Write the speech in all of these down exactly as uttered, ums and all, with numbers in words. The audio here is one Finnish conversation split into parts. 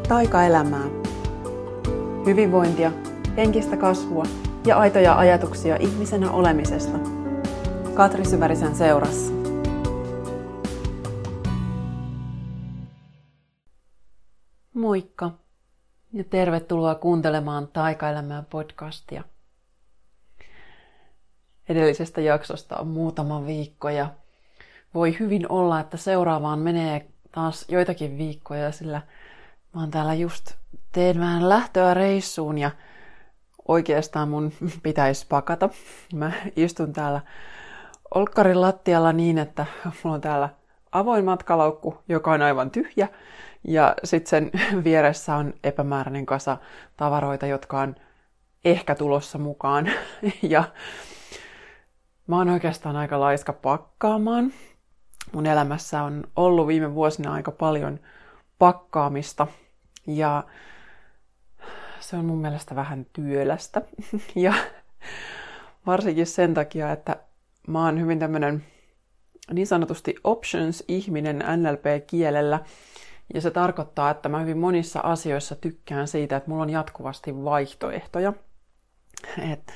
taikaelämää. Hyvinvointia, henkistä kasvua ja aitoja ajatuksia ihmisenä olemisesta. Katri Syvärisen seurassa. Moikka ja tervetuloa kuuntelemaan Taikaelämää podcastia. Edellisestä jaksosta on muutama viikko ja voi hyvin olla, että seuraavaan menee taas joitakin viikkoja, sillä mä oon täällä just teen vähän lähtöä reissuun ja oikeastaan mun pitäisi pakata. Mä istun täällä olkkarin lattialla niin, että mulla on täällä avoin matkalaukku, joka on aivan tyhjä. Ja sitten sen vieressä on epämääräinen kasa tavaroita, jotka on ehkä tulossa mukaan. Ja mä oon oikeastaan aika laiska pakkaamaan. Mun elämässä on ollut viime vuosina aika paljon pakkaamista. Ja se on mun mielestä vähän työlästä. Ja varsinkin sen takia, että mä oon hyvin tämmönen niin sanotusti options-ihminen N L P-kielellä. Ja se tarkoittaa, että mä hyvin monissa asioissa tykkään siitä, että mulla on jatkuvasti vaihtoehtoja. Että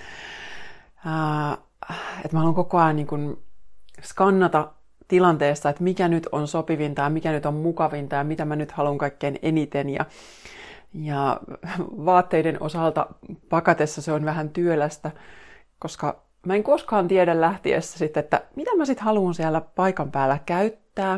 et mä haluan koko ajan niin kun skannata tilanteessa, että mikä nyt on sopivinta ja mikä nyt on mukavinta ja mitä mä nyt haluan kaikkein eniten. Ja, ja vaatteiden osalta pakatessa se on vähän työlästä, koska mä en koskaan tiedä lähtiessä sitten, että mitä mä sitten haluan siellä paikan päällä käyttää.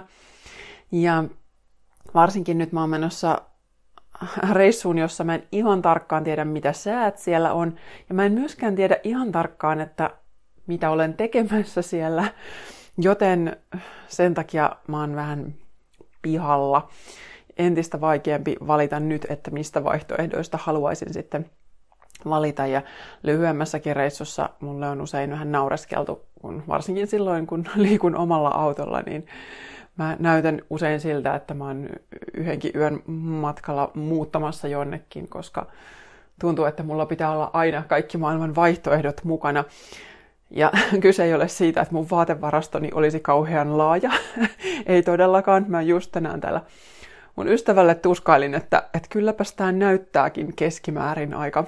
Ja varsinkin nyt mä oon menossa reissuun, jossa mä en ihan tarkkaan tiedä, mitä säät siellä on. Ja mä en myöskään tiedä ihan tarkkaan, että mitä olen tekemässä siellä. Joten sen takia mä oon vähän pihalla. Entistä vaikeampi valita nyt, että mistä vaihtoehdoista haluaisin sitten valita. Ja lyhyemmässäkin reissussa mulle on usein vähän naureskeltu, kun varsinkin silloin, kun liikun omalla autolla, niin mä näytän usein siltä, että mä oon yhdenkin yön matkalla muuttamassa jonnekin, koska tuntuu, että mulla pitää olla aina kaikki maailman vaihtoehdot mukana. Ja kyse ei ole siitä, että mun vaatevarastoni olisi kauhean laaja. Ei todellakaan. Mä just tänään täällä mun ystävälle tuskailin, että, että kylläpäs tää näyttääkin keskimäärin aika,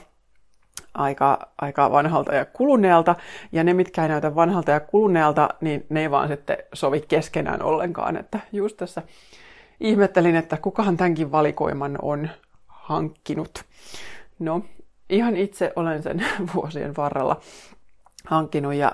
aika, aika vanhalta ja kuluneelta. Ja ne, mitkä ei näytä vanhalta ja kuluneelta, niin ne ei vaan sitten sovi keskenään ollenkaan. Että just tässä ihmettelin, että kukahan tämänkin valikoiman on hankkinut. No, ihan itse olen sen vuosien varrella hankkinut ja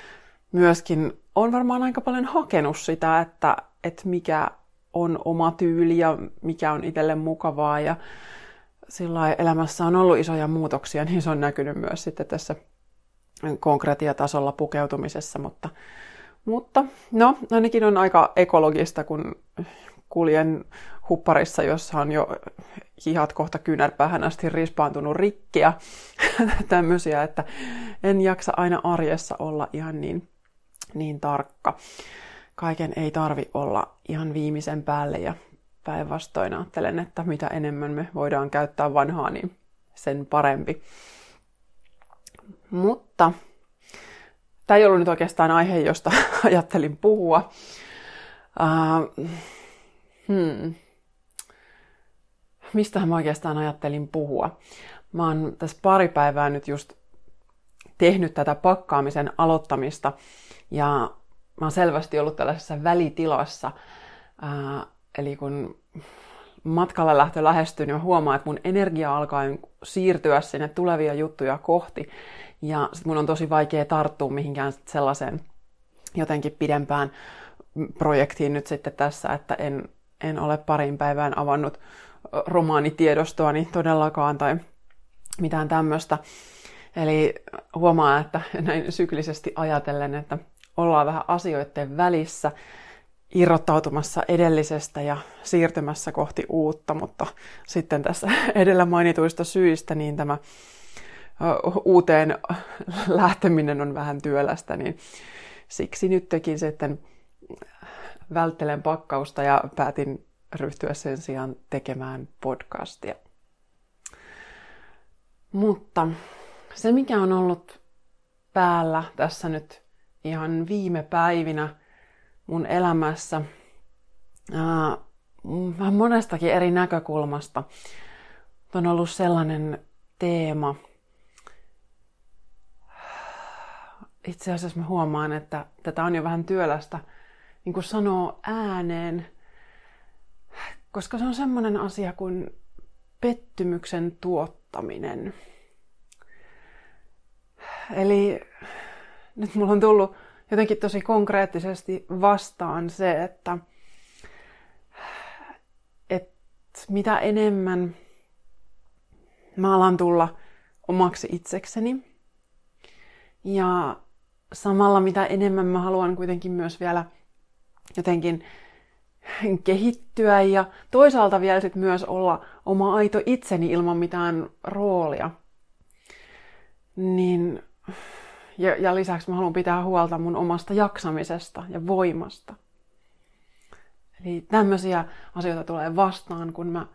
myöskin on varmaan aika paljon hakenut sitä, että, että mikä on oma tyyli ja mikä on itselle mukavaa ja sillä elämässä on ollut isoja muutoksia, niin se on näkynyt myös sitten tässä konkretiatasolla pukeutumisessa, mutta, mutta no ainakin on aika ekologista, kun kuljen hupparissa, jossa on jo hihat kohta kyynärpäähän asti rispaantunut rikki ja tämmöisiä, että en jaksa aina arjessa olla ihan niin, niin tarkka. Kaiken ei tarvi olla ihan viimeisen päälle ja päinvastoin ajattelen, että mitä enemmän me voidaan käyttää vanhaa, niin sen parempi. Mutta tämä ei ollut nyt oikeastaan aihe, josta ajattelin puhua. Uh, hmm. Mistähän mä oikeastaan ajattelin puhua? Mä oon tässä pari päivää nyt just tehnyt tätä pakkaamisen aloittamista ja mä oon selvästi ollut tällaisessa välitilassa. Uh, eli kun matkalla lähtö lähestyy, niin mä huomaan, että mun energia alkaa siirtyä sinne tulevia juttuja kohti. Ja sit mun on tosi vaikea tarttua mihinkään sellaiseen jotenkin pidempään projektiin nyt sitten tässä, että en, en ole parin päivään avannut romaanitiedostoani todellakaan tai mitään tämmöistä. Eli huomaa, että näin syklisesti ajatellen, että ollaan vähän asioiden välissä, irrottautumassa edellisestä ja siirtymässä kohti uutta, mutta sitten tässä edellä mainituista syistä niin tämä uuteen lähteminen on vähän työlästä, niin siksi nyt tekin sitten välttelen pakkausta ja päätin ryhtyä sen sijaan tekemään podcastia. Mutta se, mikä on ollut päällä tässä nyt ihan viime päivinä mun elämässä, ää, vähän monestakin eri näkökulmasta. On ollut sellainen teema. Itse asiassa mä huomaan, että tätä on jo vähän työlästä niin kuin sanoo ääneen, koska se on semmoinen asia kuin pettymyksen tuottaminen. Eli nyt mulla on tullut jotenkin tosi konkreettisesti vastaan se, että, että mitä enemmän mä alan tulla omaksi itsekseni ja samalla mitä enemmän mä haluan kuitenkin myös vielä jotenkin kehittyä ja toisaalta vielä sit myös olla oma aito itseni ilman mitään roolia. Niin, ja, ja lisäksi mä haluan pitää huolta mun omasta jaksamisesta ja voimasta. Eli tämmöisiä asioita tulee vastaan, kun mä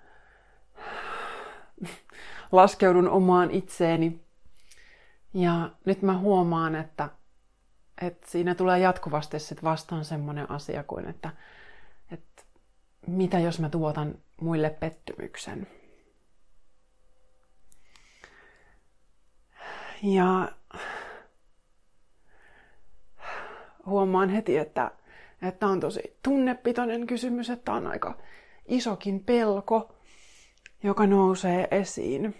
laskeudun omaan itseeni. Ja nyt mä huomaan, että, että siinä tulee jatkuvasti sit vastaan semmoinen asia kuin, että, että mitä jos mä tuotan muille pettymyksen. Ja huomaan heti, että tämä on tosi tunnepitoinen kysymys, että on aika isokin pelko, joka nousee esiin.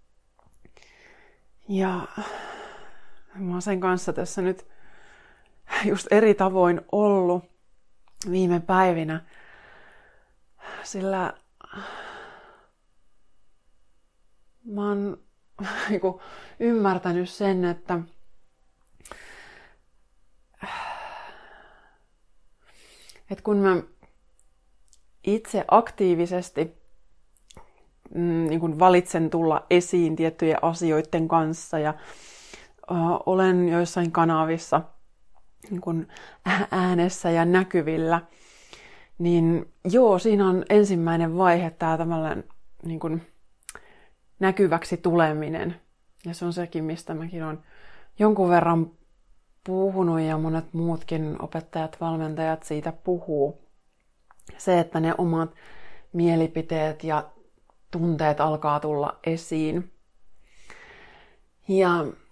Ja mä oon sen kanssa tässä nyt just eri tavoin ollut viime päivinä, sillä mä oon ymmärtänyt sen, että että kun mä itse aktiivisesti mm, niin kun valitsen tulla esiin tiettyjen asioiden kanssa ja uh, olen joissain kanavissa niin kun äänessä ja näkyvillä, niin joo, siinä on ensimmäinen vaihe tämä tämmöinen niin kun näkyväksi tuleminen. Ja se on sekin, mistä mäkin olen jonkun verran puhunut ja monet muutkin opettajat, valmentajat siitä puhuu. Se, että ne omat mielipiteet ja tunteet alkaa tulla esiin. Ja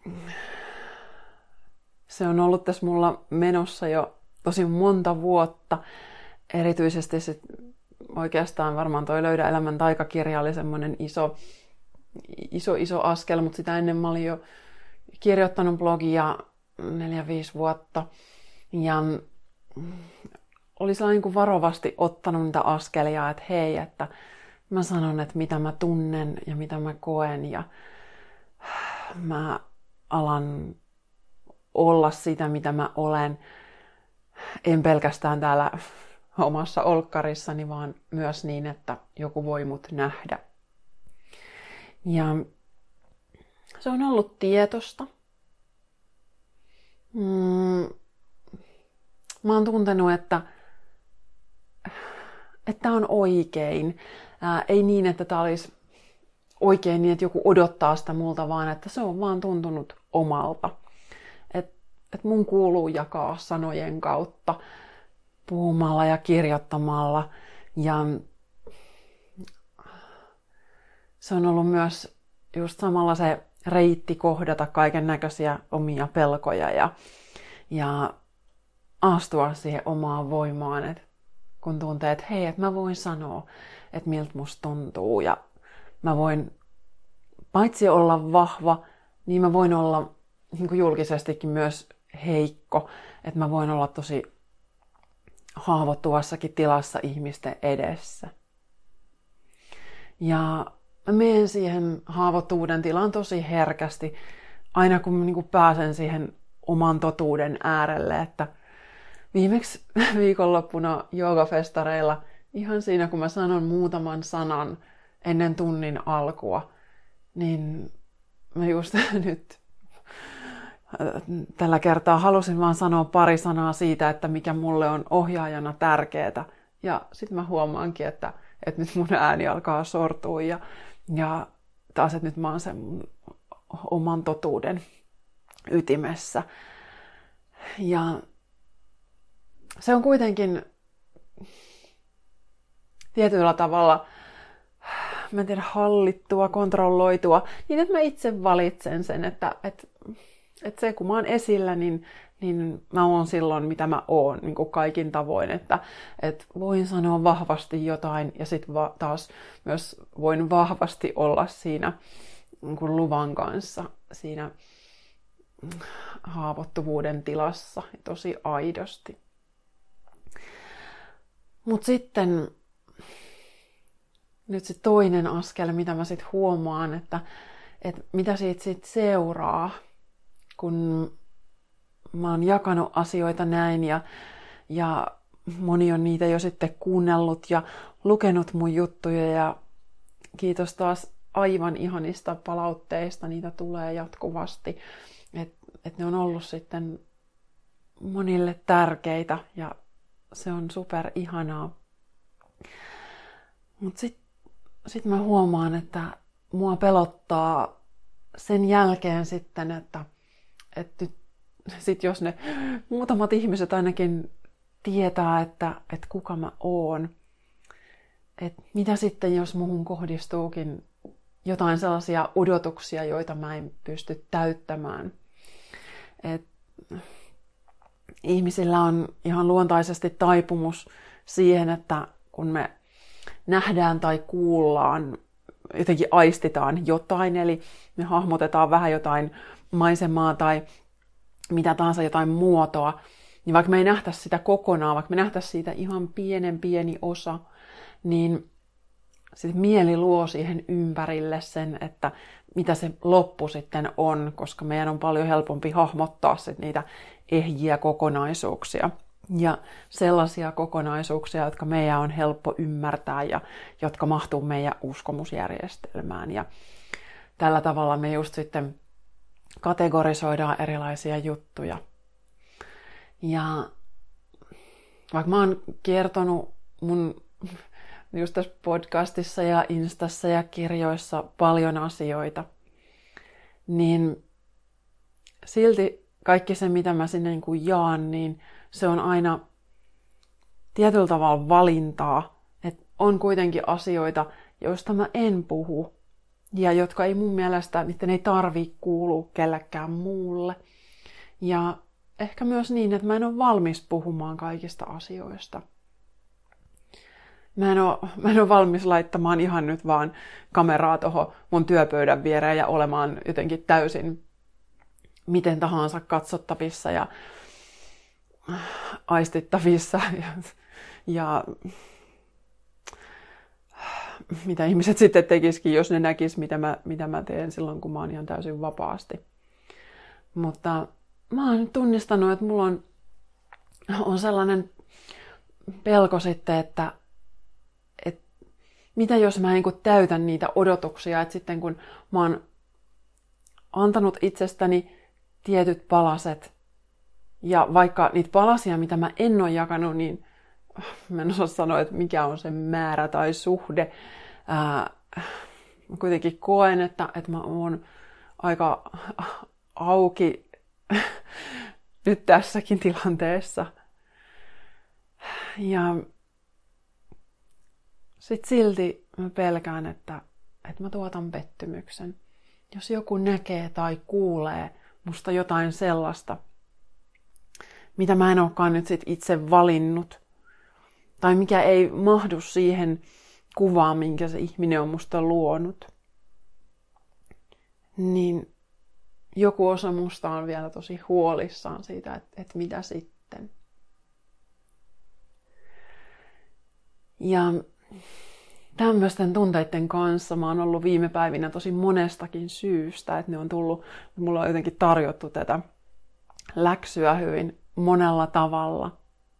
se on ollut tässä mulla menossa jo tosi monta vuotta. Erityisesti sit oikeastaan varmaan toi Löydä elämän taikakirja oli semmoinen iso, iso, iso askel, mutta sitä ennen mä olin jo kirjoittanut blogia neljä, viisi vuotta. Ja oli sellainen niin varovasti ottanut niitä askelia, että hei, että mä sanon, että mitä mä tunnen ja mitä mä koen. Ja mä alan olla sitä, mitä mä olen. En pelkästään täällä omassa olkkarissani, vaan myös niin, että joku voi mut nähdä. Ja se on ollut tietosta. Mm, mä oon tuntenut, että että on oikein. Ää, ei niin, että tää olisi oikein niin, että joku odottaa sitä multa, vaan että se on vaan tuntunut omalta. Että et mun kuuluu jakaa sanojen kautta, puhumalla ja kirjoittamalla. Ja se on ollut myös just samalla se reitti kohdata kaiken näköisiä omia pelkoja ja, ja astua siihen omaan voimaan, että kun tuntee, että hei, että mä voin sanoa, että miltä musta tuntuu ja mä voin paitsi olla vahva, niin mä voin olla niin kuin julkisestikin myös heikko, että mä voin olla tosi haavoittuvassakin tilassa ihmisten edessä. Ja mä menen siihen haavoittuvuuden tilaan tosi herkästi, aina kun mä niin pääsen siihen oman totuuden äärelle, että viimeksi viikonloppuna joogafestareilla, ihan siinä kun mä sanon muutaman sanan ennen tunnin alkua, niin mä just nyt tällä kertaa halusin vaan sanoa pari sanaa siitä, että mikä mulle on ohjaajana tärkeää. Ja sitten mä huomaankin, että, että nyt mun ääni alkaa sortua ja, ja taas, että nyt mä oon sen mun oman totuuden ytimessä. Ja se on kuitenkin tietyllä tavalla, mä en tiedä, hallittua, kontrolloitua, niin että mä itse valitsen sen, että, että, että se kun mä oon esillä, niin, niin mä oon silloin mitä mä oon niin kuin kaikin tavoin, että, että voin sanoa vahvasti jotain ja sitten va- taas myös voin vahvasti olla siinä niin kuin luvan kanssa, siinä haavoittuvuuden tilassa tosi aidosti. Mutta sitten nyt se toinen askel, mitä mä sitten huomaan, että, että mitä siitä sit seuraa, kun mä oon jakanut asioita näin ja, ja moni on niitä jo sitten kuunnellut ja lukenut mun juttuja ja kiitos taas aivan ihanista palautteista, niitä tulee jatkuvasti, että et ne on ollut sitten monille tärkeitä ja se on super ihanaa. Mutta sitten sit mä huomaan, että mua pelottaa sen jälkeen sitten, että, että nyt sit jos ne muutamat ihmiset ainakin tietää, että, että kuka mä oon, että mitä sitten jos muhun kohdistuukin jotain sellaisia odotuksia, joita mä en pysty täyttämään. Et ihmisillä on ihan luontaisesti taipumus siihen, että kun me nähdään tai kuullaan, jotenkin aistitaan jotain, eli me hahmotetaan vähän jotain maisemaa tai mitä tahansa jotain muotoa, niin vaikka me ei nähtäisi sitä kokonaan, vaikka me nähtäisi siitä ihan pienen pieni osa, niin sitten mieli luo siihen ympärille sen, että mitä se loppu sitten on, koska meidän on paljon helpompi hahmottaa sit niitä ehjiä kokonaisuuksia. Ja sellaisia kokonaisuuksia, jotka meidän on helppo ymmärtää ja jotka mahtuu meidän uskomusjärjestelmään. Ja tällä tavalla me just sitten kategorisoidaan erilaisia juttuja. Ja vaikka mä oon kertonut mun just tässä podcastissa ja Instassa ja kirjoissa paljon asioita, niin silti kaikki se, mitä mä sinne niin kuin jaan, niin se on aina tietyllä tavalla valintaa. Että on kuitenkin asioita, joista mä en puhu ja jotka ei mun mielestä, niiden ei tarvitse kuulua kellekään muulle. Ja ehkä myös niin, että mä en ole valmis puhumaan kaikista asioista. Mä en, ole, mä en ole valmis laittamaan ihan nyt vaan kameraa tuohon mun työpöydän viereen ja olemaan jotenkin täysin miten tahansa katsottavissa ja aistittavissa. Ja, ja mitä ihmiset sitten tekisikin, jos ne näkis, mitä mä, mitä mä teen silloin, kun mä oon ihan täysin vapaasti. Mutta mä oon tunnistanut, että mulla on, on sellainen pelko sitten, että mitä jos mä en kun täytän niitä odotuksia, että sitten kun mä oon antanut itsestäni tietyt palaset, ja vaikka niitä palasia, mitä mä en ole jakanut, niin mä en osaa sanoa, että mikä on se määrä tai suhde. Ää, mä kuitenkin koen, että, että mä oon aika auki nyt tässäkin tilanteessa. Ja sitten silti mä pelkään, että, että mä tuotan pettymyksen. Jos joku näkee tai kuulee musta jotain sellaista, mitä mä en olekaan nyt sit itse valinnut, tai mikä ei mahdu siihen kuvaan, minkä se ihminen on musta luonut, niin joku osa musta on vielä tosi huolissaan siitä, että, että mitä sitten. Ja tämmöisten tunteiden kanssa mä oon ollut viime päivinä tosi monestakin syystä, että ne on tullut, mulla on jotenkin tarjottu tätä läksyä hyvin monella tavalla.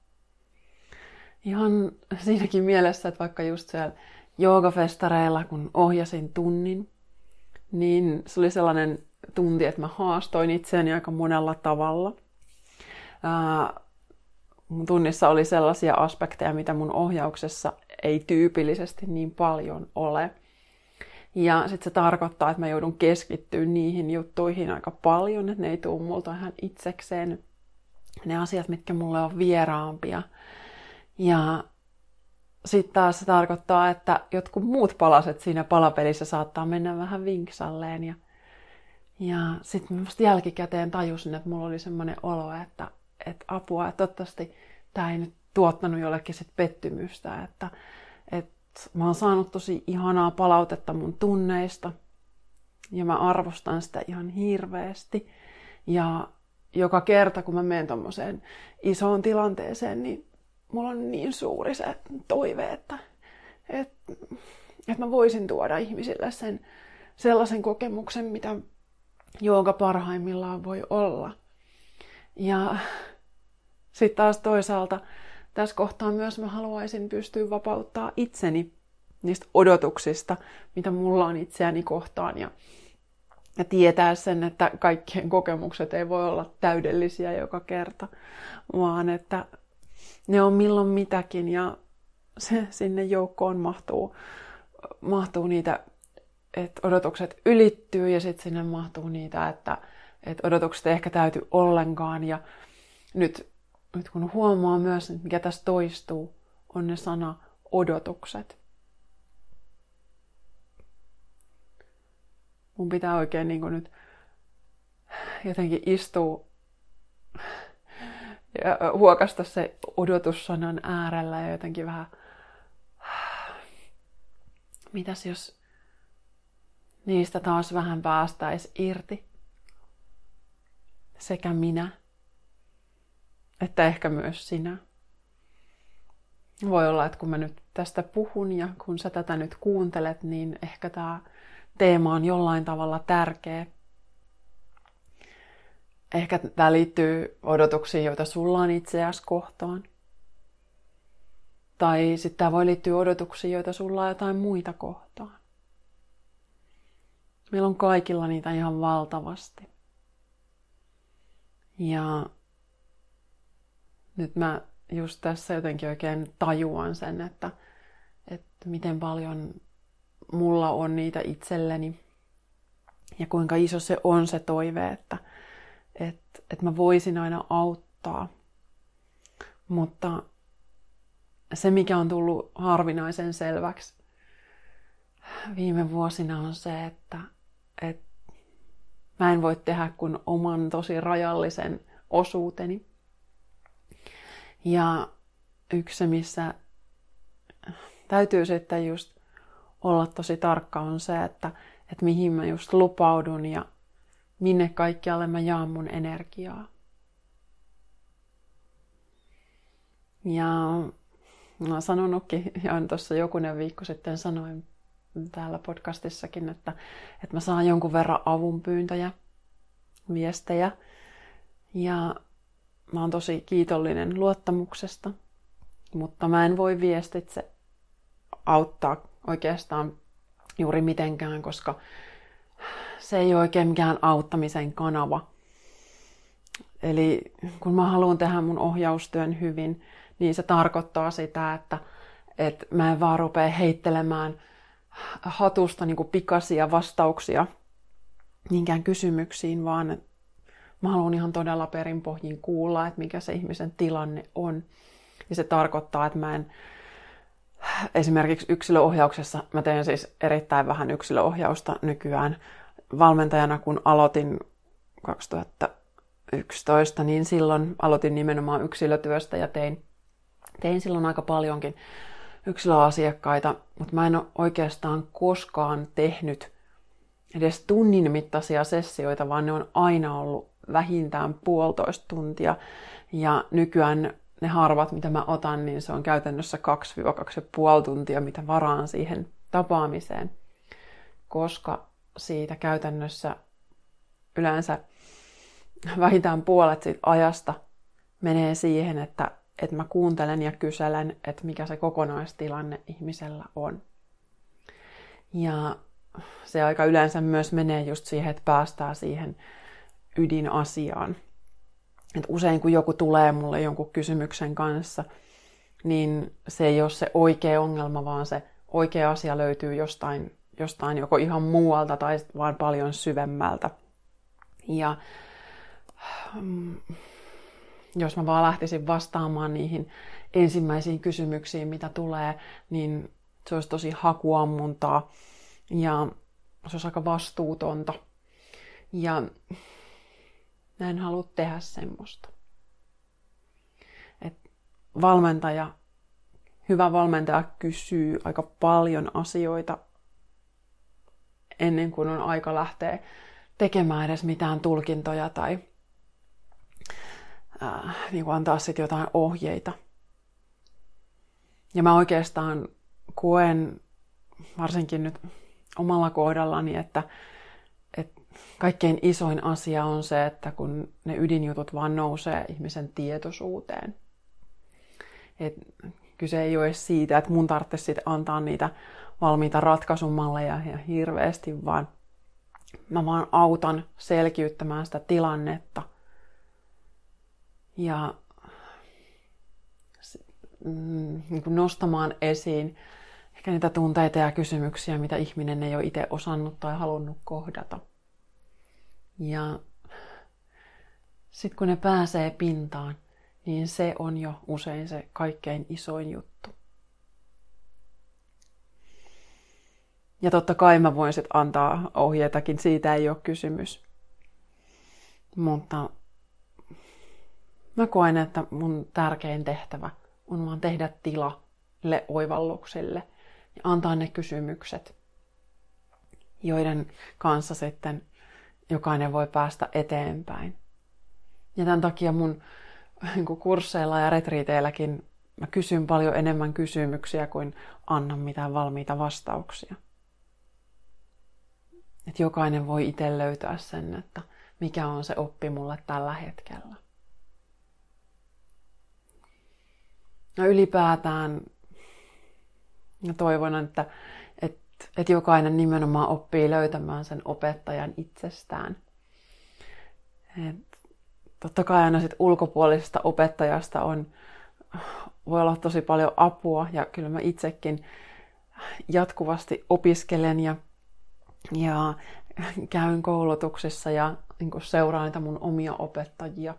Ihan siinäkin mielessä, että vaikka just siellä joogafestareilla, kun ohjasin tunnin, niin se oli sellainen tunti, että mä haastoin itseäni aika monella tavalla. Ää, mun tunnissa oli sellaisia aspekteja, mitä mun ohjauksessa ei tyypillisesti niin paljon ole. Ja sitten se tarkoittaa, että mä joudun keskittyä niihin juttuihin aika paljon, että ne ei tule multa ihan itsekseen. Ne asiat, mitkä mulle on vieraampia. Ja sitten taas se tarkoittaa, että jotkut muut palaset siinä palapelissä saattaa mennä vähän vinksalleen. Ja, ja sitten mä vasta jälkikäteen tajusin, että mulla oli semmoinen olo, että, että apua, että toivottavasti tämä ei nyt tuottanut jollekin sit pettymystä. Että, että mä oon saanut tosi ihanaa palautetta mun tunneista ja mä arvostan sitä ihan hirveästi. Ja joka kerta, kun mä menen tommoseen isoon tilanteeseen, niin mulla on niin suuri se toive, että, että, että mä voisin tuoda ihmisille sen sellaisen kokemuksen, mitä jooga parhaimmillaan voi olla. Ja sitten taas toisaalta tässä kohtaa myös mä haluaisin pystyä vapauttaa itseni niistä odotuksista, mitä mulla on itseäni kohtaan. Ja, ja tietää sen, että kaikkien kokemukset ei voi olla täydellisiä joka kerta, vaan että ne on milloin mitäkin ja se, sinne joukkoon mahtuu, mahtuu niitä, että odotukset ylittyy ja sitten sinne mahtuu niitä, että, että odotukset ei ehkä täyty ollenkaan. Ja nyt, nyt kun huomaa myös, että mikä tässä toistuu, on ne sana odotukset. Mun pitää oikein niin kuin nyt jotenkin istua ja huokasta se odotussanan äärellä ja jotenkin vähän, mitäs jos niistä taas vähän päästäis irti. Sekä minä, että ehkä myös sinä. Voi olla, että kun mä nyt tästä puhun ja kun sä tätä nyt kuuntelet, niin ehkä tämä teema on jollain tavalla tärkeä. Ehkä tämä liittyy odotuksiin, joita sulla on itseäsi kohtaan. Tai sitten tämä voi liittyä odotuksiin, joita sulla on jotain muita kohtaan. Meillä on kaikilla niitä ihan valtavasti. Ja nyt mä just tässä jotenkin oikein tajuan sen, että, että miten paljon mulla on niitä itselleni. Ja kuinka iso se on se toive, että, että, että mä voisin aina auttaa. Mutta se, mikä on tullut harvinaisen selväksi viime vuosina, on se, että, että mä en voi tehdä kuin oman tosi rajallisen osuuteni. Ja yksi se, missä täytyy sitten just olla tosi tarkka, on se, että, että mihin mä just lupaudun ja minne kaikkialle mä jaan mun energiaa. Ja mä oon sanonutkin, ja tuossa jokunen viikko sitten sanoin täällä podcastissakin, että, että mä saan jonkun verran avunpyyntöjä, viestejä. Ja mä oon tosi kiitollinen luottamuksesta, mutta mä en voi viestitse auttaa oikeastaan juuri mitenkään, koska se ei ole oikein mikään auttamisen kanava. Eli kun mä haluan tehdä mun ohjaustyön hyvin, niin se tarkoittaa sitä, että, että mä en vaan rupea heittelemään hatusta niin kuin pikaisia vastauksia niinkään kysymyksiin, vaan mä haluan ihan todella perinpohjin kuulla, että mikä se ihmisen tilanne on. Ja se tarkoittaa, että mä en esimerkiksi yksilöohjauksessa, mä teen siis erittäin vähän yksilöohjausta nykyään. Valmentajana kun aloitin kaksituhattayksitoista, niin silloin aloitin nimenomaan yksilötyöstä ja tein, tein silloin aika paljonkin yksilöasiakkaita, mutta mä en ole oikeastaan koskaan tehnyt edes tunnin mittaisia sessioita, vaan ne on aina ollut vähintään puolitoista tuntia. Ja nykyään ne harvat, mitä mä otan, niin se on käytännössä kaksi kaksi pilkku viisi tuntia, mitä varaan siihen tapaamiseen. Koska siitä käytännössä yleensä vähintään puolet siitä ajasta menee siihen, että, että mä kuuntelen ja kyselen, että mikä se kokonaistilanne ihmisellä on. Ja se aika yleensä myös menee just siihen, että päästään siihen ydinasiaan. Et usein kun joku tulee mulle jonkun kysymyksen kanssa, niin se ei ole se oikea ongelma, vaan se oikea asia löytyy jostain, jostain joko ihan muualta tai vaan paljon syvemmältä. Ja mm, jos mä vaan lähtisin vastaamaan niihin ensimmäisiin kysymyksiin, mitä tulee, niin se olisi tosi hakuammuntaa ja se olisi aika vastuutonta. Ja mä en halua tehdä semmoista. Et valmentaja, hyvä valmentaja kysyy aika paljon asioita ennen kuin on aika lähteä tekemään edes mitään tulkintoja tai äh, niin kuin antaa sitten jotain ohjeita. Ja mä oikeastaan koen, varsinkin nyt omalla kohdallani, että, että kaikkein isoin asia on se, että kun ne ydinjutut vaan nousee ihmisen tietoisuuteen. Et kyse ei ole edes siitä, että mun tarvitsisi sit antaa niitä valmiita ratkaisumalleja ja hirveästi, vaan mä vaan autan selkiyttämään sitä tilannetta. Ja mm, niin kuin nostamaan esiin ehkä niitä tunteita ja kysymyksiä, mitä ihminen ei ole itse osannut tai halunnut kohdata. Ja sitten kun ne pääsee pintaan, niin se on jo usein se kaikkein isoin juttu. Ja totta kai mä voin sitten antaa ohjeitakin, siitä ei ole kysymys. Mutta mä koen, että mun tärkein tehtävä on vaan tehdä tila niille oivalluksille ja antaa ne kysymykset, joiden kanssa sitten jokainen voi päästä eteenpäin. Ja tämän takia mun niin kuin kursseilla ja retriiteilläkin mä kysyn paljon enemmän kysymyksiä kuin annan mitään valmiita vastauksia. Että jokainen voi itse löytää sen, että mikä on se oppi mulle tällä hetkellä. Ja ylipäätään ja toivon, että, että, että jokainen nimenomaan oppii löytämään sen opettajan itsestään. Et totta kai aina sit ulkopuolisesta opettajasta on, voi olla tosi paljon apua ja kyllä mä itsekin jatkuvasti opiskelen ja, ja käyn koulutuksissa ja niin kun seuraan niitä mun omia opettajia.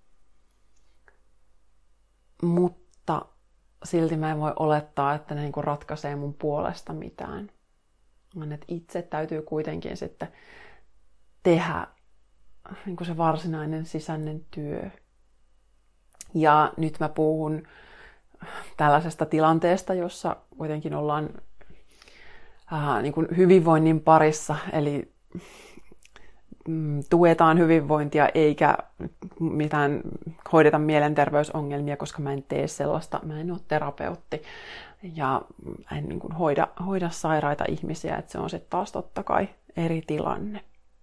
Mutta silti mä en voi olettaa, että ne niin kun ratkaisee mun puolesta mitään. Vaan itse täytyy kuitenkin sitten tehdä niin kuin se varsinainen sisäinen työ. Ja nyt mä puhun tällaisesta tilanteesta, jossa kuitenkin ollaan ää, niin kuin hyvinvoinnin parissa, eli mm, tuetaan hyvinvointia eikä mitään hoideta mielenterveysongelmia, koska mä en tee sellaista, mä en ole terapeutti ja en niin kuin hoida, hoida sairaita ihmisiä, että se on sitten taas totta kai eri tilanne.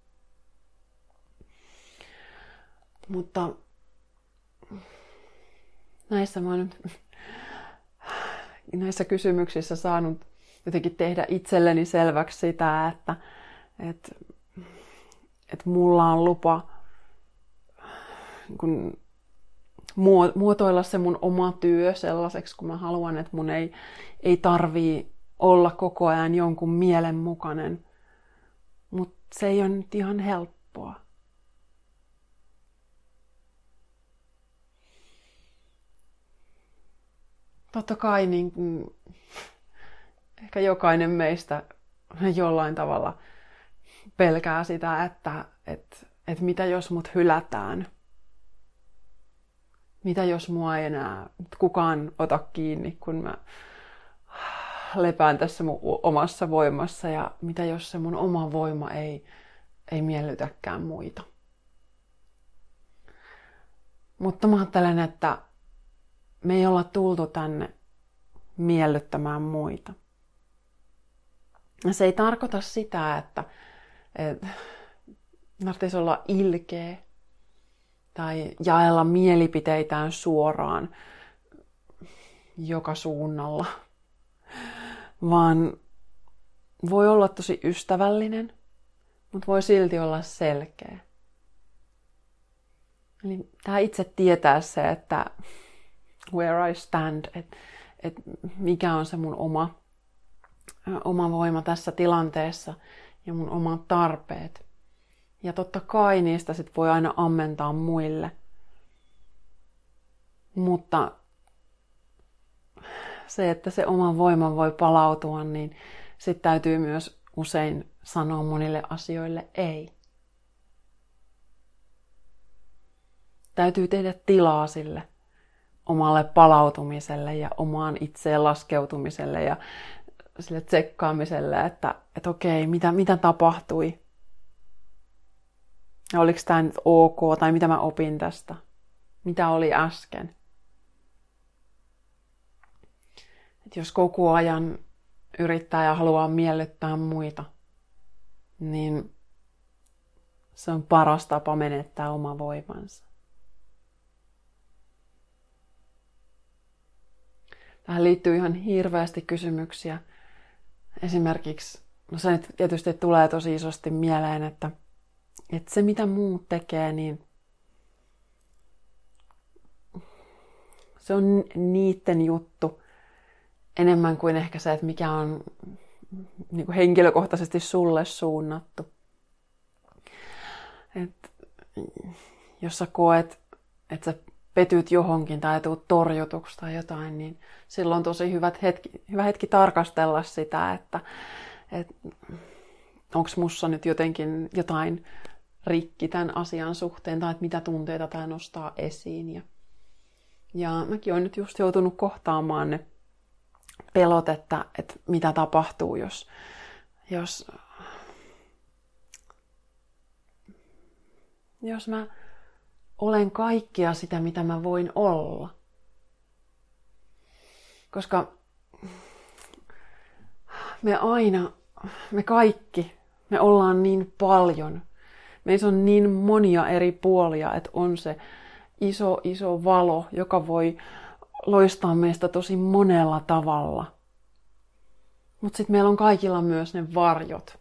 Mutta näissä mä oon näissä kysymyksissä saanut jotenkin tehdä itselleni selväksi sitä, että, että, että mulla on lupa kun muotoilla se mun oma työ sellaiseksi, kun mä haluan, että mun ei, ei tarvii olla koko ajan jonkun mielen mukainen. Mutta se ei ole nyt ihan helppoa. Totta kai niin, ehkä jokainen meistä jollain tavalla pelkää sitä, että, että, että mitä jos mut hylätään. Mitä jos mua ei enää kukaan ota kiinni, kun mä lepään tässä mun omassa voimassa. Ja mitä jos se mun oma voima ei, ei miellytäkään muita. Mutta mä ajattelen, että me ei olla tultu tänne miellyttämään muita. Ja se ei tarkoita sitä, että, että tarvitsisi olla ilkeä tai jaella mielipiteitään suoraan joka suunnalla, vaan voi olla tosi ystävällinen, mutta voi silti olla selkeä. Eli tämä itse tietää se, että where I stand, että et mikä on se mun oma, oma voima tässä tilanteessa ja mun omat tarpeet. Ja totta kai niistä sit voi aina ammentaa muille. Mutta se, että se oma voima voi palautua, niin sitten täytyy myös usein sanoa monille asioille ei. Täytyy tehdä tilaa sille omalle palautumiselle ja omaan itseen laskeutumiselle ja sille tsekkaamiselle, että, että okei, mitä, mitä tapahtui? Ja oliko tämä nyt ok, tai mitä mä opin tästä? Mitä oli äsken? Et jos koko ajan yrittää ja haluaa miellyttää muita, niin se on paras tapa menettää oma voimansa. Tähän liittyy ihan hirveästi kysymyksiä. Esimerkiksi, no se nyt tietysti tulee tosi isosti mieleen, että, että se mitä muut tekee, niin se on niitten juttu enemmän kuin ehkä se, että mikä on niin kuin henkilökohtaisesti sulle suunnattu. Et, jos sä koet, että sä petyt johonkin tai tuut torjutuksi tai jotain, niin silloin on tosi hyvät hetki, hyvä hetki tarkastella sitä, että, että onko mussa nyt jotenkin jotain rikki tämän asian suhteen tai että mitä tunteita tämä nostaa esiin. Ja, ja mäkin olen nyt just joutunut kohtaamaan ne pelot, että, että mitä tapahtuu, jos, jos, jos mä olen kaikkea sitä, mitä mä voin olla. Koska me aina, me kaikki, me ollaan niin paljon. Meissä on niin monia eri puolia, että on se iso, iso valo, joka voi loistaa meistä tosi monella tavalla. Mutta sitten meillä on kaikilla myös ne varjot.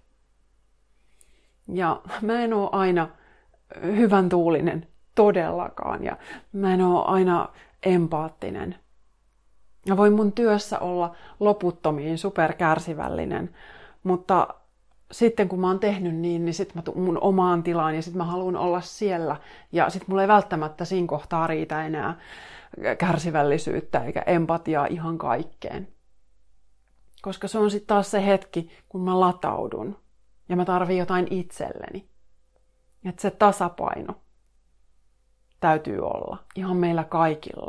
Ja mä en ole aina hyvän tuulinen todellakaan. Ja mä en ole aina empaattinen. Ja voin mun työssä olla loputtomiin superkärsivällinen. Mutta sitten kun mä oon tehnyt niin, niin sit mä tuun mun omaan tilaan ja sit mä haluan olla siellä. Ja sit mulla ei välttämättä siinä kohtaa riitä enää kärsivällisyyttä eikä empatiaa ihan kaikkeen. Koska se on sitten taas se hetki, kun mä lataudun ja mä tarvin jotain itselleni. Että se tasapaino täytyy olla ihan meillä kaikilla.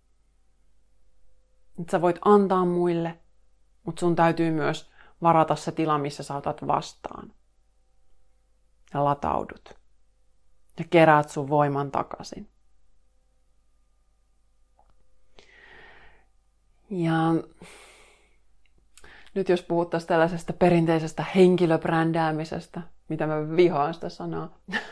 Että sä voit antaa muille, mutta sun täytyy myös varata se tila, missä sä otat vastaan. Ja lataudut. Ja keräät sun voiman takaisin. Ja nyt jos puhuttaisiin tällaisesta perinteisestä henkilöbrändäämisestä, mitä mä vihaan sitä sanaa,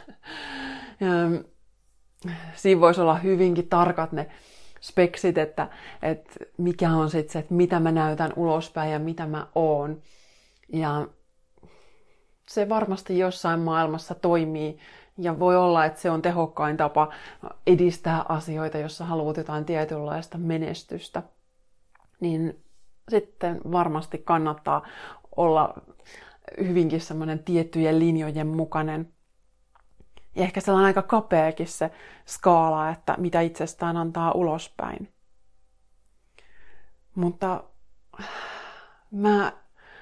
siinä voisi olla hyvinkin tarkat ne speksit, että, että mikä on sitten se, että mitä mä näytän ulospäin ja mitä mä oon. Ja se varmasti jossain maailmassa toimii ja voi olla, että se on tehokkain tapa edistää asioita, jos sä haluat jotain tietynlaista menestystä. Niin sitten varmasti kannattaa olla hyvinkin semmoinen tiettyjen linjojen mukainen. Ja ehkä sellainen aika kapeakin se skaala, että mitä itsestään antaa ulospäin. Mutta mä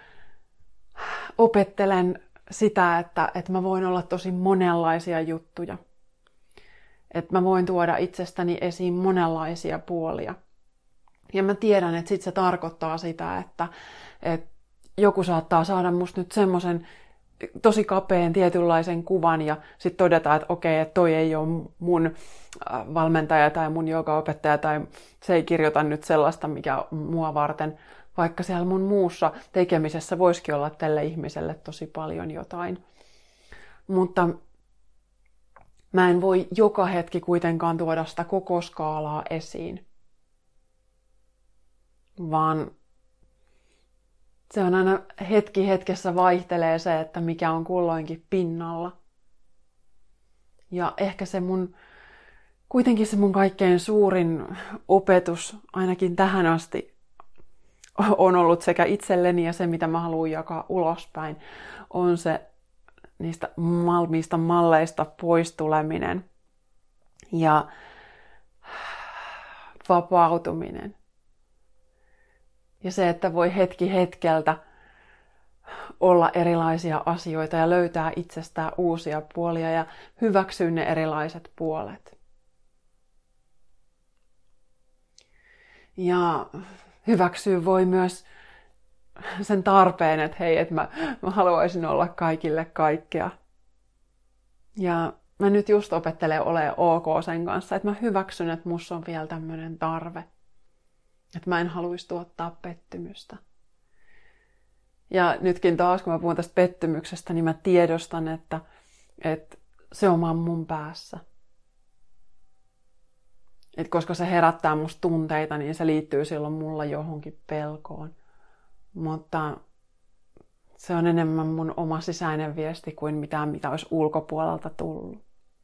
opettelen sitä, että, että mä voin olla tosi monenlaisia juttuja. Että mä voin tuoda itsestäni esiin monenlaisia puolia. Ja mä tiedän, että sit se tarkoittaa sitä, että, että joku saattaa saada musta nyt semmoisen tosi kapeen tietynlaisen kuvan ja sitten todeta, että okei, että toi ei ole mun valmentaja tai mun joogaopettaja tai se ei kirjoita nyt sellaista, mikä mua varten, vaikka siellä mun muussa tekemisessä voisikin olla tälle ihmiselle tosi paljon jotain. Mutta mä en voi joka hetki kuitenkaan tuoda sitä koko skaalaa esiin, vaan se on aina hetki hetkessä vaihtelee se, että mikä on kulloinkin pinnalla. Ja ehkä se mun, kuitenkin se mun kaikkein suurin opetus, ainakin tähän asti, on ollut sekä itselleni ja se, mitä mä haluan jakaa ulospäin, on se niistä malmista malleista poistuleminen ja vapautuminen. Ja se, että voi hetki hetkeltä olla erilaisia asioita ja löytää itsestään uusia puolia ja hyväksyä ne erilaiset puolet. Ja hyväksyä voi myös sen tarpeen, että hei, että mä, mä haluaisin olla kaikille kaikkea. Ja mä nyt just opettelen olemaan ok sen kanssa, että mä hyväksyn, että musta on vielä tämmöinen tarve. Että mä en haluaisi tuottaa pettymystä. Ja nytkin taas, kun mä puhun tästä pettymyksestä, niin mä tiedostan, että, että se on vaan mun päässä. Et koska se herättää musta tunteita, niin se liittyy silloin mulla johonkin pelkoon. Mutta se on enemmän mun oma sisäinen viesti kuin mitään, mitä olisi ulkopuolelta tullut.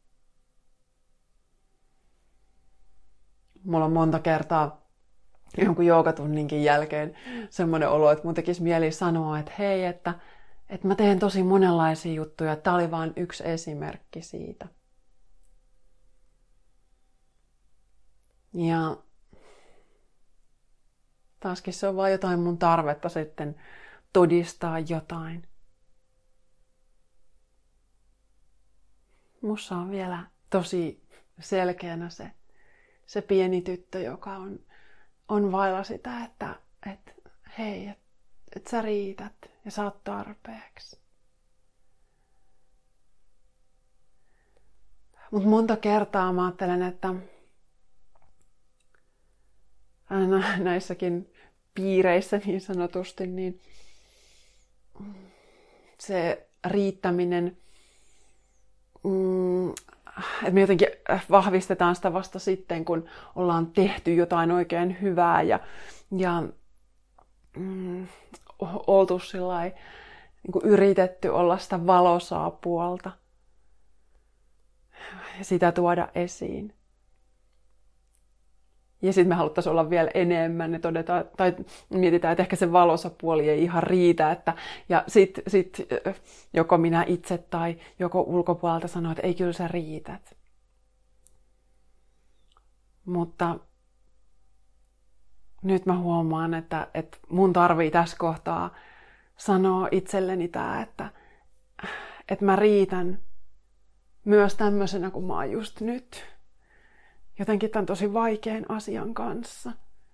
Mulla on monta kertaa jonkun joogatunninkin jälkeen semmoinen olo, että mun tekisi mieli sanoa, että hei, että, että mä teen tosi monenlaisia juttuja. Tää oli vain yksi esimerkki siitä. Ja taaskin se on vaan jotain mun tarvetta sitten todistaa jotain. Mussa on vielä tosi selkeänä se, se pieni tyttö, joka on, on vailla sitä, että et, hei, että et sä riität ja sä oot tarpeeksi. Mutta monta kertaa mä ajattelen, että aina näissäkin piireissä niin sanotusti, niin se riittäminen, mm, että me jotenkin vahvistetaan sitä vasta sitten, kun ollaan tehty jotain oikein hyvää ja, ja mm, oltu sillai, niin kuin yritetty olla sitä valoisaa puolta ja sitä tuoda esiin. Ja sitten me haluttaisiin olla vielä enemmän ja todetaan, tai mietitään, että ehkä se valoisa puoli ei ihan riitä. Että, ja sitten sit joko minä itse tai joko ulkopuolelta sanoo, että ei kyllä sä riität. Mutta nyt mä huomaan, että, että mun tarvii tässä kohtaa sanoa itselleni tämä, että, että mä riitän myös tämmöisenä kuin mä oon just nyt. Jotenkin tämän tosi vaikean asian kanssa.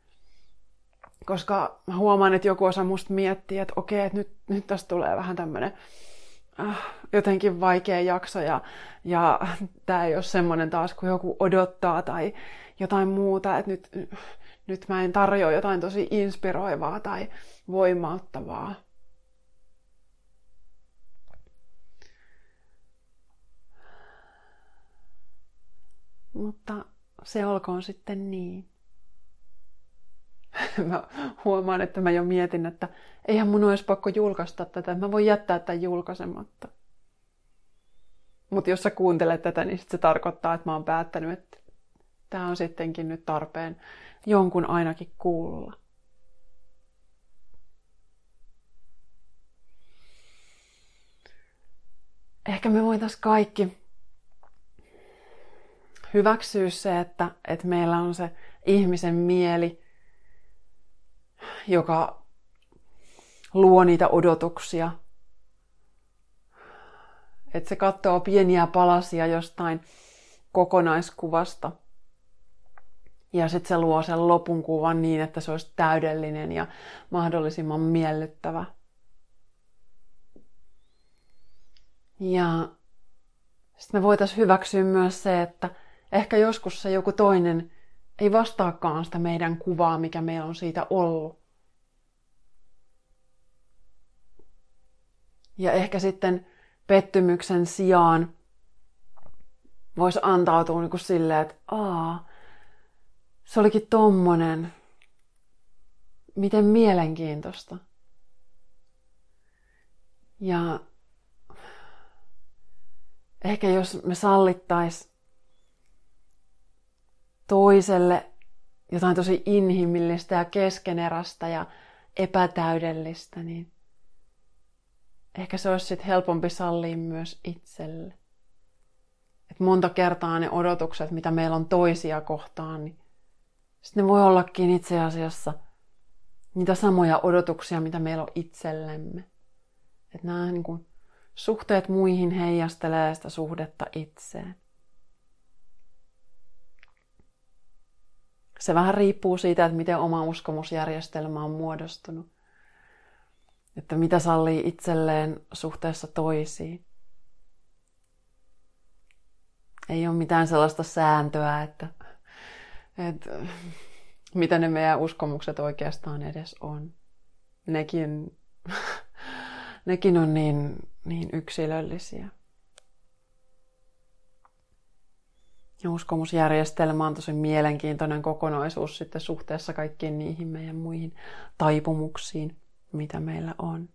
Koska mä huomaan, että joku osa musta miettii, että okei, että nyt, nyt tästä tulee vähän tämmönen äh, jotenkin vaikea jakso ja, ja tää ei ole semmonen taas, kun joku odottaa tai jotain muuta, että nyt, nyt mä en tarjoa jotain tosi inspiroivaa tai voimauttavaa. Mutta se olkoon sitten niin. Mä huomaan, että mä jo mietin, että eihän mun olisi pakko julkaista tätä. Mä voin jättää tämän julkaisematta. Mutta jos sä kuuntelet tätä, niin sit se tarkoittaa, että mä oon päättänyt, että tää on sittenkin nyt tarpeen jonkun ainakin kuulla. Ehkä me voitaisiin kaikki hyväksyä se, että, että meillä on se ihmisen mieli, joka luo niitä odotuksia. Että se katsoo pieniä palasia jostain kokonaiskuvasta. Ja sitten se luo sen lopun kuvan niin, että se olisi täydellinen ja mahdollisimman miellyttävä. Ja sitten me voitaisiin hyväksyä myös se, että ehkä joskus se joku toinen ei vastaakaan sitä meidän kuvaa, mikä meillä on siitä ollut. Ja ehkä sitten pettymyksen sijaan voisi antautua niin kuin silleen, että aa, se olikin tommonen. Miten mielenkiintoista. Ja ehkä jos me sallittais toiselle jotain tosi inhimillistä ja keskeneräistä ja epätäydellistä, niin ehkä se olisi sit helpompi sallia myös itselle. Et monta kertaa ne odotukset, mitä meillä on toisia kohtaan, niin sitten ne voi ollakin itse asiassa niitä samoja odotuksia, mitä meillä on itsellemme. Että nämä niin kuin, suhteet muihin heijastelee sitä suhdetta itseen. Se vähän riippuu siitä, että miten oma uskomusjärjestelmä on muodostunut. Että mitä sallii itselleen suhteessa toisiin. Ei ole mitään sellaista sääntöä, että, että mitä ne meidän uskomukset oikeastaan edes on. Nekin, nekin on niin, niin yksilöllisiä. Ja uskomusjärjestelmä on tosi mielenkiintoinen kokonaisuus sitten suhteessa kaikkiin niihin meidän muihin taipumuksiin, mitä meillä on.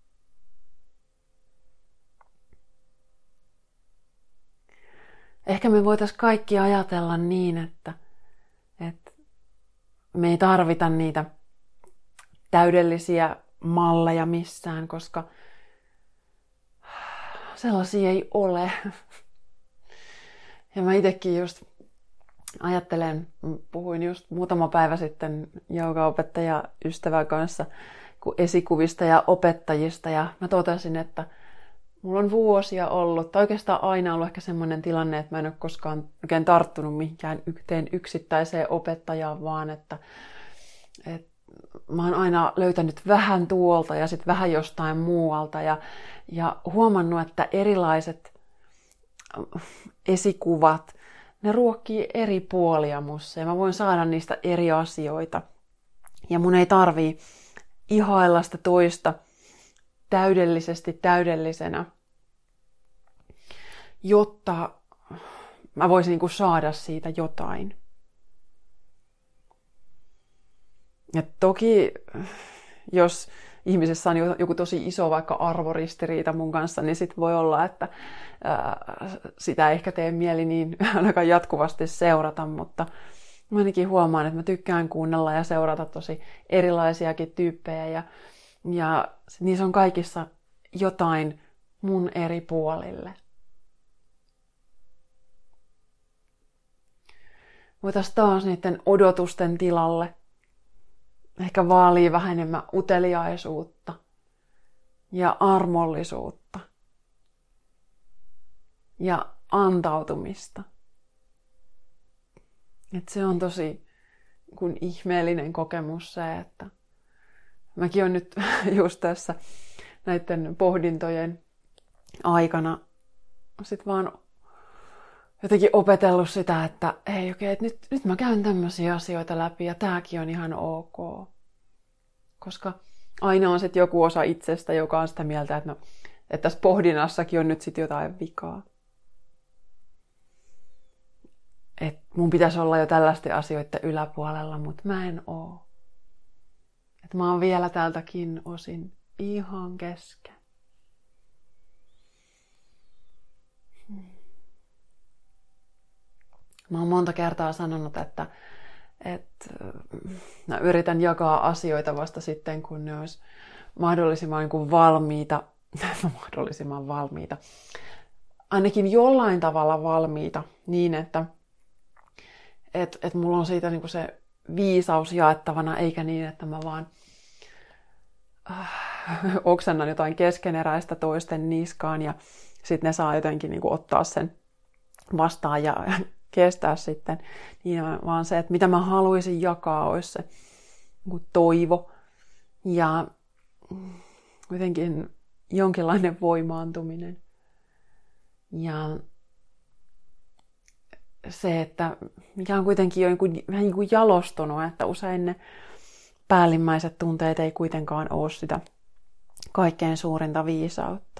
Ehkä me voitaisiin kaikki ajatella niin, että, että me ei tarvita niitä täydellisiä malleja missään, koska sellaisia ei ole. Ja mä itsekin just ajattelen, puhuin just muutama päivä sitten joogaopettaja ystävän kanssa esikuvista ja opettajista, ja mä totesin, että mulla on vuosia ollut, tai oikeastaan aina ollut ehkä semmoinen tilanne, että mä en ole koskaan oikein tarttunut mihinkään yhteen yksittäiseen opettajaan, vaan että, että mä oon aina löytänyt vähän tuolta ja sitten vähän jostain muualta, ja, ja huomannut, että erilaiset esikuvat, ne ruokkii eri puolia mussa, ja mä voin saada niistä eri asioita. Ja mun ei tarvii ihailla sitä toista täydellisesti täydellisenä, jotta mä voisin niin kuin saada siitä jotain. Ja toki, jos ihmisessä on joku tosi iso vaikka arvoristiriita mun kanssa, niin sit voi olla, että ää, sitä ei ehkä tee mieli niin ainakaan jatkuvasti seurata, mutta mä ainakin huomaan, että mä tykkään kuunnella ja seurata tosi erilaisiakin tyyppejä, ja, ja niissä on kaikissa jotain mun eri puolille. Voitaisiin taas niiden odotusten tilalle ehkä vaalii vähän enemmän uteliaisuutta ja armollisuutta ja antautumista. Et se on tosi kun ihmeellinen kokemus se, että mäkin olen nyt just tässä näiden pohdintojen aikana sit vaan jotenkin opetellut sitä, että hei okei, että nyt, nyt mä käyn tämmöisiä asioita läpi ja tääkin on ihan ok. Koska aina on sitten joku osa itsestä, joka on sitä mieltä, että, no, että tässä pohdinnassakin on nyt sitten jotain vikaa. Että mun pitäisi olla jo tällaisten asioiden yläpuolella, mutta mä en oo. Että mä oon vielä tältäkin osin ihan kesken. Mä oon monta kertaa sanonut, että, että mä yritän jakaa asioita vasta sitten, kun ne olisi mahdollisimman niin kuin valmiita, mahdollisimman valmiita, ainakin jollain tavalla valmiita, niin että et, et mulla on siitä niin kuin se viisaus jaettavana, eikä niin, että mä vaan äh, oksennan jotain keskeneräistä toisten niskaan ja sitten ne saa jotenkin niin kuin ottaa sen vastaan ja kestää sitten, niin vaan se, että mitä mä haluaisin jakaa, olisi se niin toivo ja jotenkin jonkinlainen voimaantuminen. Ja se, että mikä on kuitenkin jo vähän niin kuin jalostunut, että usein ne päällimmäiset tunteet ei kuitenkaan ole sitä kaikkein suurinta viisautta.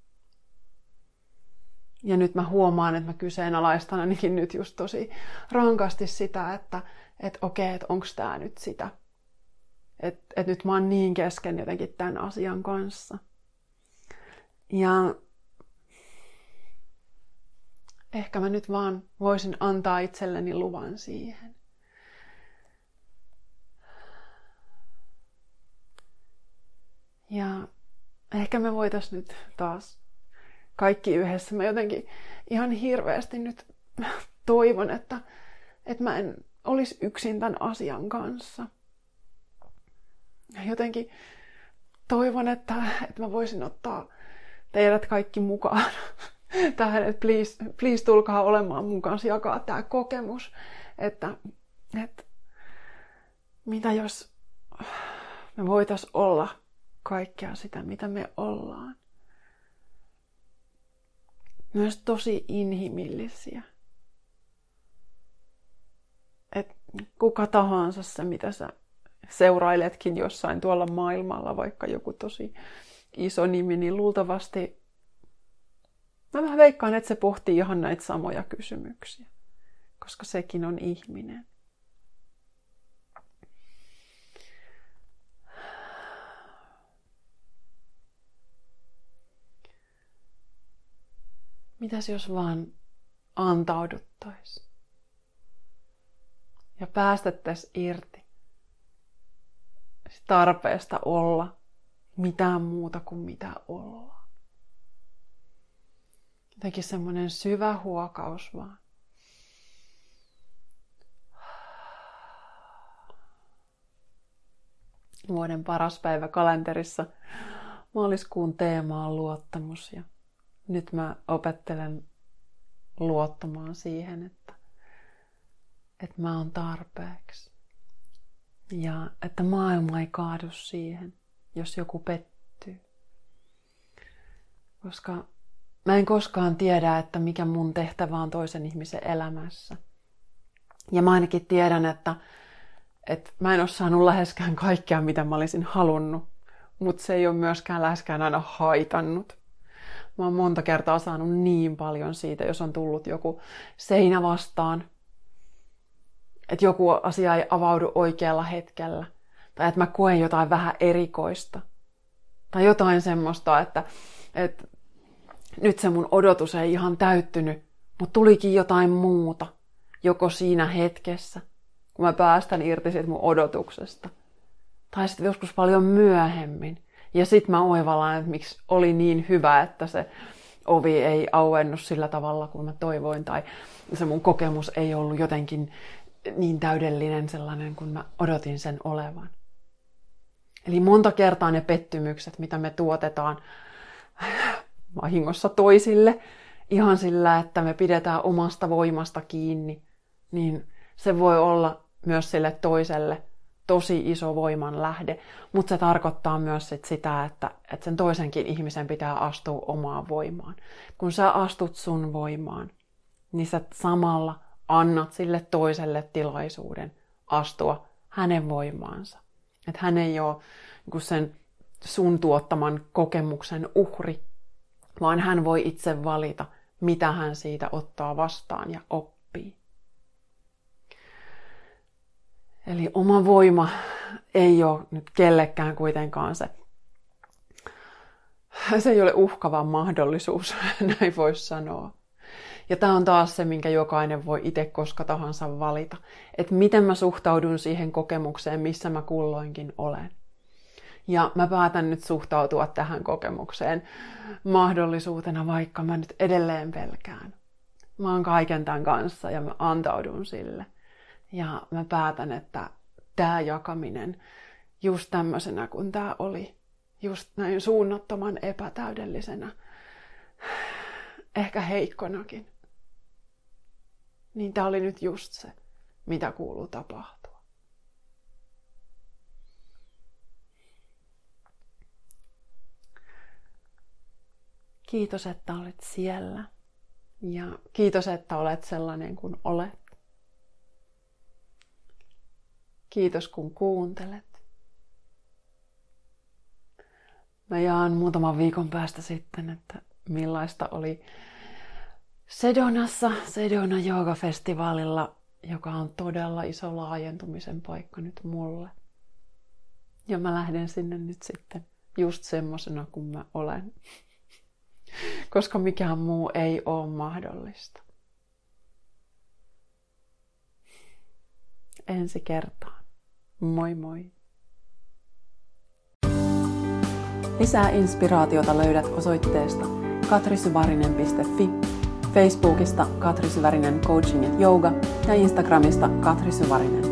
Ja nyt mä huomaan, että mä kyseenalaistan ainakin nyt just tosi rankasti sitä, että et okei, että onko tää nyt sitä. Että et nyt mä oon niin kesken jotenkin tämän asian kanssa. Ja ehkä mä nyt vaan voisin antaa itselleni luvan siihen. Ja ehkä me voitais nyt taas kaikki yhdessä. Mä jotenkin ihan hirveästi nyt toivon, että, että mä en olisi yksin tämän asian kanssa. jotenkin toivon, että, että mä voisin ottaa teidät kaikki mukaan tähän, että please, please tulkaa olemaan mun kanssa, jakaa tämä kokemus, että, että mitä jos me voitais olla kaikkea sitä, mitä me ollaan. Myös tosi inhimillisiä. Et kuka tahansa se, mitä sä seurailetkin jossain tuolla maailmalla, vaikka joku tosi iso nimi, niin luultavasti mä vähän veikkaan, että se pohtii ihan näitä samoja kysymyksiä, koska sekin on ihminen. Mitäs jos vaan antauduttaisiin ja päästettäisiin irti tarpeesta olla mitään muuta kuin mitä ollaan. Jotenkin semmoinen syvä huokaus vaan. Vuoden paras päivä kalenterissa maaliskuun teema on luottamus ja nyt mä opettelen luottamaan siihen, että, että mä oon tarpeeksi. Ja että maailma ei kaadu siihen, jos joku pettyy. Koska mä en koskaan tiedä, että mikä mun tehtävä on toisen ihmisen elämässä. Ja mä ainakin tiedän, että, että mä en ole saanut läheskään kaikkea, mitä mä olisin halunnut. Mutta se ei ole myöskään läheskään aina haitannut. Mä oon monta kertaa saanut niin paljon siitä, jos on tullut joku seinä vastaan. Että joku asia ei avaudu oikealla hetkellä. Tai että mä koen jotain vähän erikoista. Tai jotain semmoista, että, että nyt se mun odotus ei ihan täyttynyt. Mutta tulikin jotain muuta. Joko siinä hetkessä, kun mä päästän irti siitä mun odotuksesta. Tai sitten joskus paljon myöhemmin. Ja sit mä oivallaan, että miksi oli niin hyvä, että se ovi ei auennut sillä tavalla, kuin mä toivoin. Tai se mun kokemus ei ollut jotenkin niin täydellinen sellainen, kuin mä odotin sen olevan. Eli monta kertaa ne pettymykset, mitä me tuotetaan vahingossa toisille, ihan sillä, että me pidetään omasta voimasta kiinni, niin se voi olla myös sille toiselle tosi iso voiman lähde, mutta se tarkoittaa myös sit sitä, että, että sen toisenkin ihmisen pitää astua omaan voimaan. Kun sä astut sun voimaan, niin sä samalla annat sille toiselle tilaisuuden astua hänen voimaansa. Että hän ei ole niin sen sun tuottaman kokemuksen uhri, vaan hän voi itse valita, mitä hän siitä ottaa vastaan ja oppii. Eli oma voima ei ole nyt kellekään kuitenkaan se. Se ei ole uhkava mahdollisuus, näin voisi sanoa. Ja tämä on taas se, minkä jokainen voi itse koska tahansa valita. Että miten mä suhtaudun siihen kokemukseen, missä mä kulloinkin olen. Ja mä päätän nyt suhtautua tähän kokemukseen mahdollisuutena, vaikka mä nyt edelleen pelkään. Mä oon kaiken tämän kanssa ja mä antaudun sille. Ja mä päätän, että tämä jakaminen just tämmöisenä kuin tämä oli, just näin suunnattoman epätäydellisenä, ehkä heikkonakin, niin tämä oli nyt just se, mitä kuuluu tapahtua. Kiitos, että olet siellä ja kiitos, että olet sellainen kuin olet. Kiitos, kun kuuntelet. Mä jaan muutaman viikon päästä sitten, että millaista oli Sedonassa, Sedona Jooga-festivaalilla, joka on todella iso laajentumisen paikka nyt mulle. Ja mä lähden sinne nyt sitten just semmosena kuin mä olen. Koska mikään muu ei ole mahdollista. Ensi kertaan. Moi moi! Lisää inspiraatiota löydät osoitteesta katri syvärinen piste fi, Facebookista Katri Syvärinen Coaching and Yoga ja Instagramista Katri Syvärinen.